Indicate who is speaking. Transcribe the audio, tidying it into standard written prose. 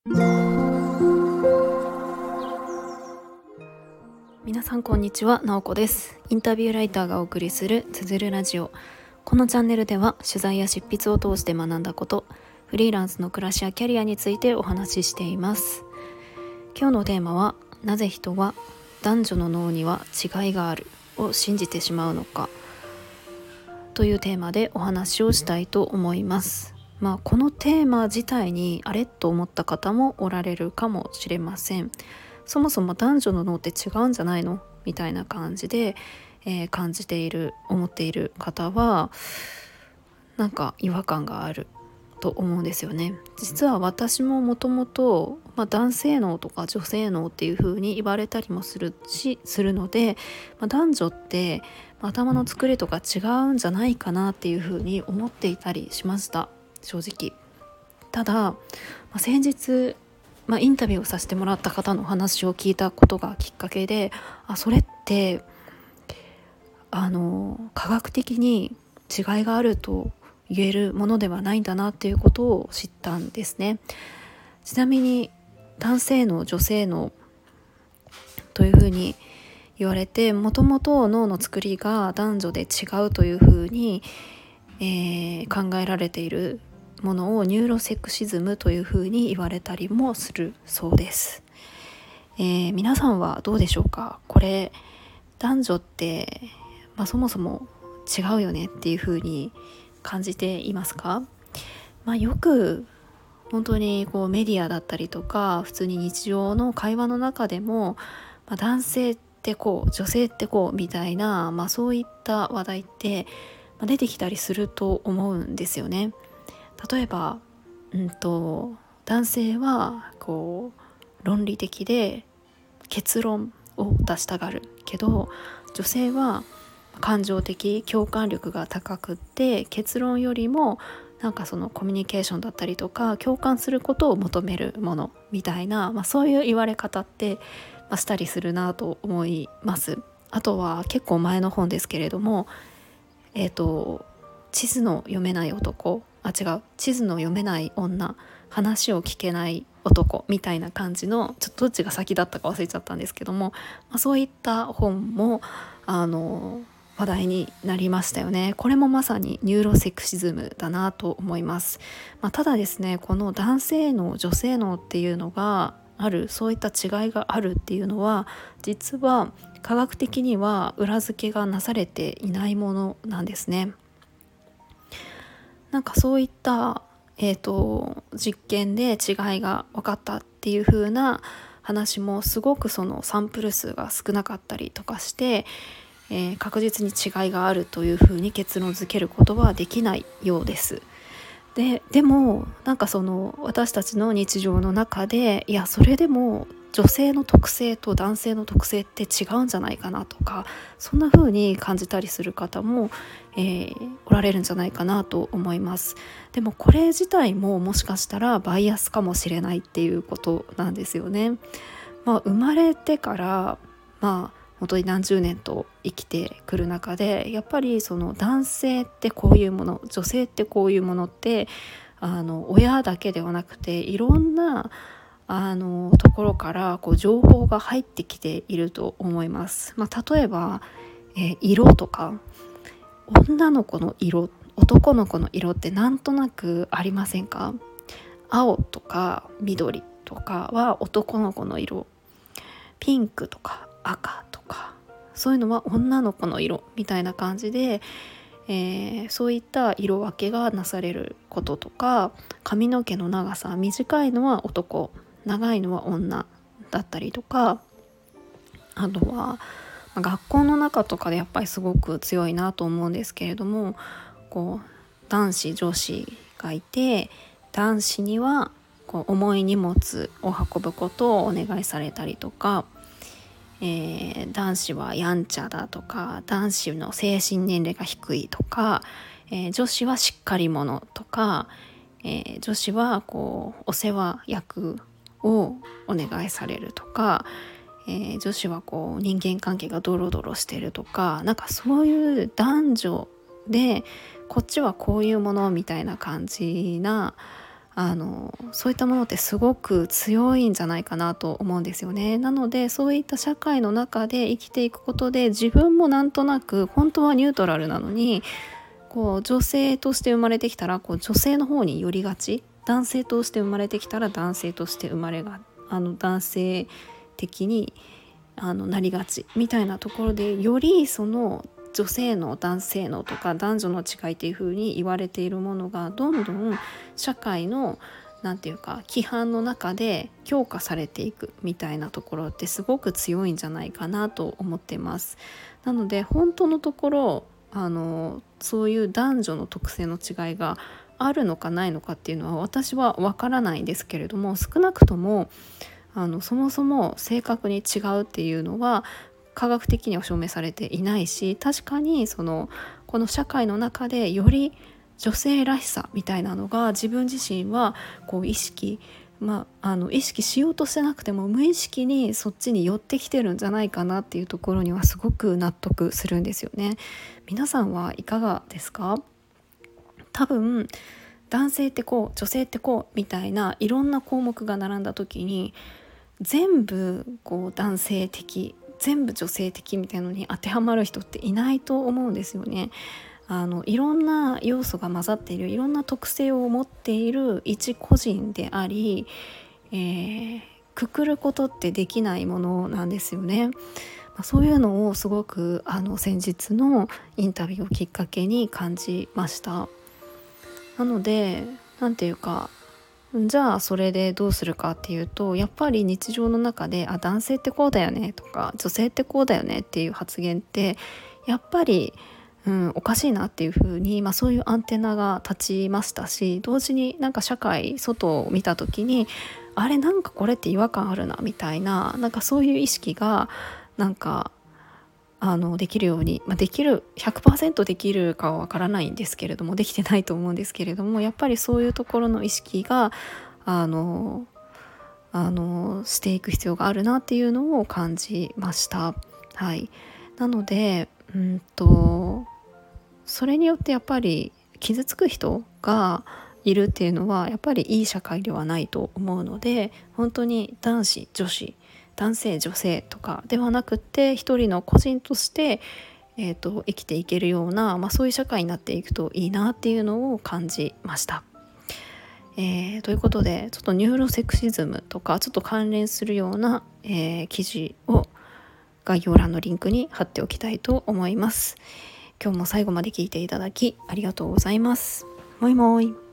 Speaker 1: 皆さんこんにちは、なおこです。インタビューライターがお送りするつづるラジオ。このチャンネルでは取材や執筆を通して学んだこと、フリーランスの暮らしやキャリアについてお話ししています。今日のテーマは、なぜ人は男女の脳には違いがあるを信じてしまうのかというテーマでお話をしたいと思います。このテーマ自体にあれと思った方もおられるかもしれません。そもそも男女の脳って違うんじゃないのみたいな感じで、感じている思っている方はなんか違和感があると思うんですよね。実は私ももともと男性脳とか女性脳っていう風に言われたりもするので、男女って頭の作りとか違うんじゃないかなっていう風に思っていたりしました、正直。ただ、先日、インタビューをさせてもらった方の話を聞いたことがきっかけで、それって科学的に違いがあると言えるものではないんだなっていうことを知ったんですね。ちなみに男性脳女性脳というふうに言われて、もともと脳の作りが男女で違うというふうに、考えられているものをニューロセクシズムというふうに言われたりもするそうです。皆さんはどうでしょうか。これ男女って、そもそも違うよねっていうふうに感じていますか。よく本当にメディアだったりとか普通に日常の会話の中でも、男性ってこう女性ってこうみたいな、そういった話題って出てきたりすると思うんですよね。例えば、男性は論理的で結論を出したがるけど、女性は感情的共感力が高くって、結論よりもそのコミュニケーションだったりとか共感することを求めるものみたいな、そういう言われ方って、したりするなと思います。あとは結構前の本ですけれども、地図の読めない男、地図の読めない女、話を聞けない男みたいな感じの、ちょっとどっちが先だったか忘れちゃったんですけども、そういった本も話題になりましたよね。これもまさにニューロセクシズムだなと思います。ただですね、この男性脳女性脳っていうのがある、そういった違いがあるっていうのは、実は科学的には裏付けがなされていないものなんですね。そういった、実験で違いが分かったっていう風な話もすごくそのサンプル数が少なかったりとかして、確実に違いがあるという風に結論付けることはできないようです。でもその私たちの日常の中で、いやそれでも女性の特性と男性の特性って違うんじゃないかなとか、そんな風に感じたりする方も、おられるんじゃないかなと思います。でもこれ自体ももしかしたらバイアスかもしれないっていうことなんですよね。生まれてから本当に何十年と生きてくる中で、やっぱりその男性ってこういうもの、女性ってこういうものって、親だけではなくていろんなところから情報が入ってきていると思います。例えば、色とか、女の子の色、男の子の色ってなんとなくありませんか？青とか緑とかは男の子の色、ピンクとか赤とか、そういうのは女の子の色みたいな感じで、そういった色分けがなされることとか、髪の毛の長さ、短いのは男、長いのは女だったりとか、あとは学校の中とかでやっぱりすごく強いなと思うんですけれども、男子女子がいて、男子には重い荷物を運ぶことをお願いされたりとか、男子はやんちゃだとか、男子の精神年齢が低いとか、女子はしっかり者とか、女子はお世話役をお願いされるとか、女子は人間関係がドロドロしてるとか、そういう男女でこっちはこういうものみたいな感じなそういったものってすごく強いんじゃないかなと思うんですよね。なのでそういった社会の中で生きていくことで、自分もなんとなく本当はニュートラルなのに、こう女性として生まれてきたらこう女性の方に寄りがち、男性として生まれてきたら男性として生まれが男性的になりがちみたいなところで、よりその女性の男性のとか男女の違いっていう風に言われているものがどんどん社会のなんていうか規範の中で強化されていくみたいなところってすごく強いんじゃないかなと思ってます。なので本当のところそういう男女の特性の違いがあるのかないのかっていうのは私は分からないんですけれども、少なくともそもそも正確に違うっていうのは科学的には証明されていないし、確かにこの社会の中でより女性らしさみたいなのが自分自身はこう意識しようとしてなくても無意識にそっちに寄ってきてるんじゃないかなっていうところにはすごく納得するんですよね。皆さんはいかがですか？多分男性ってこう女性ってこうみたいないろんな項目が並んだ時に全部こう男性的全部女性的みたいなのに当てはまる人っていないと思うんですよね。いろんな要素が混ざっている、いろんな特性を持っている一個人であり、くくることってできないものなんですよね。そういうのをすごく先日のインタビューをきっかけに感じました。なのでなんていうか、じゃあそれでどうするかっていうと、やっぱり日常の中で男性ってこうだよねとか女性ってこうだよねっていう発言ってやっぱり、おかしいなっていう風に、そういうアンテナが立ちましたし、同時になんか社会外を見た時にあれなんかこれって違和感あるなみたいな、なんかそういう意識がなんかできるように、できる 100% できるかはわからないんですけれども、できてないと思うんですけれども、やっぱりそういうところの意識がしていく必要があるなっていうのを感じました。はい、なのでそれによってやっぱり傷つく人がいるっていうのはやっぱりいい社会ではないと思うので、本当に男子女子男性女性とかではなくって一人の個人として、生きていけるような、そういう社会になっていくといいなっていうのを感じました。ということでちょっとニューロセクシズムとかちょっと関連するような、記事を概要欄のリンクに貼っておきたいと思います。今日も最後まで聞いていただきありがとうございます。もいもい。